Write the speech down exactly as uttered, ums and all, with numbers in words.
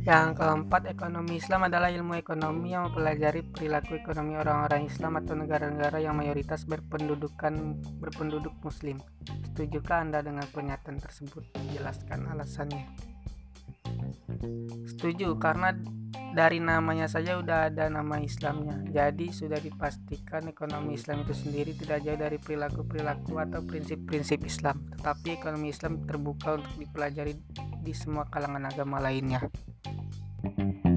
Yang keempat, ekonomi Islam adalah ilmu ekonomi yang mempelajari perilaku ekonomi orang-orang Islam atau negara-negara yang mayoritas berpendudukan berpenduduk Muslim. Setujukah Anda dengan pernyataan tersebut? Jelaskan alasannya. Setuju, karena dari namanya saja udah ada nama Islamnya. Jadi sudah dipastikan ekonomi Islam itu sendiri tidak jauh dari perilaku-perilaku atau prinsip-prinsip Islam. Tetapi ekonomi Islam terbuka untuk dipelajari di semua kalangan agama lainnya.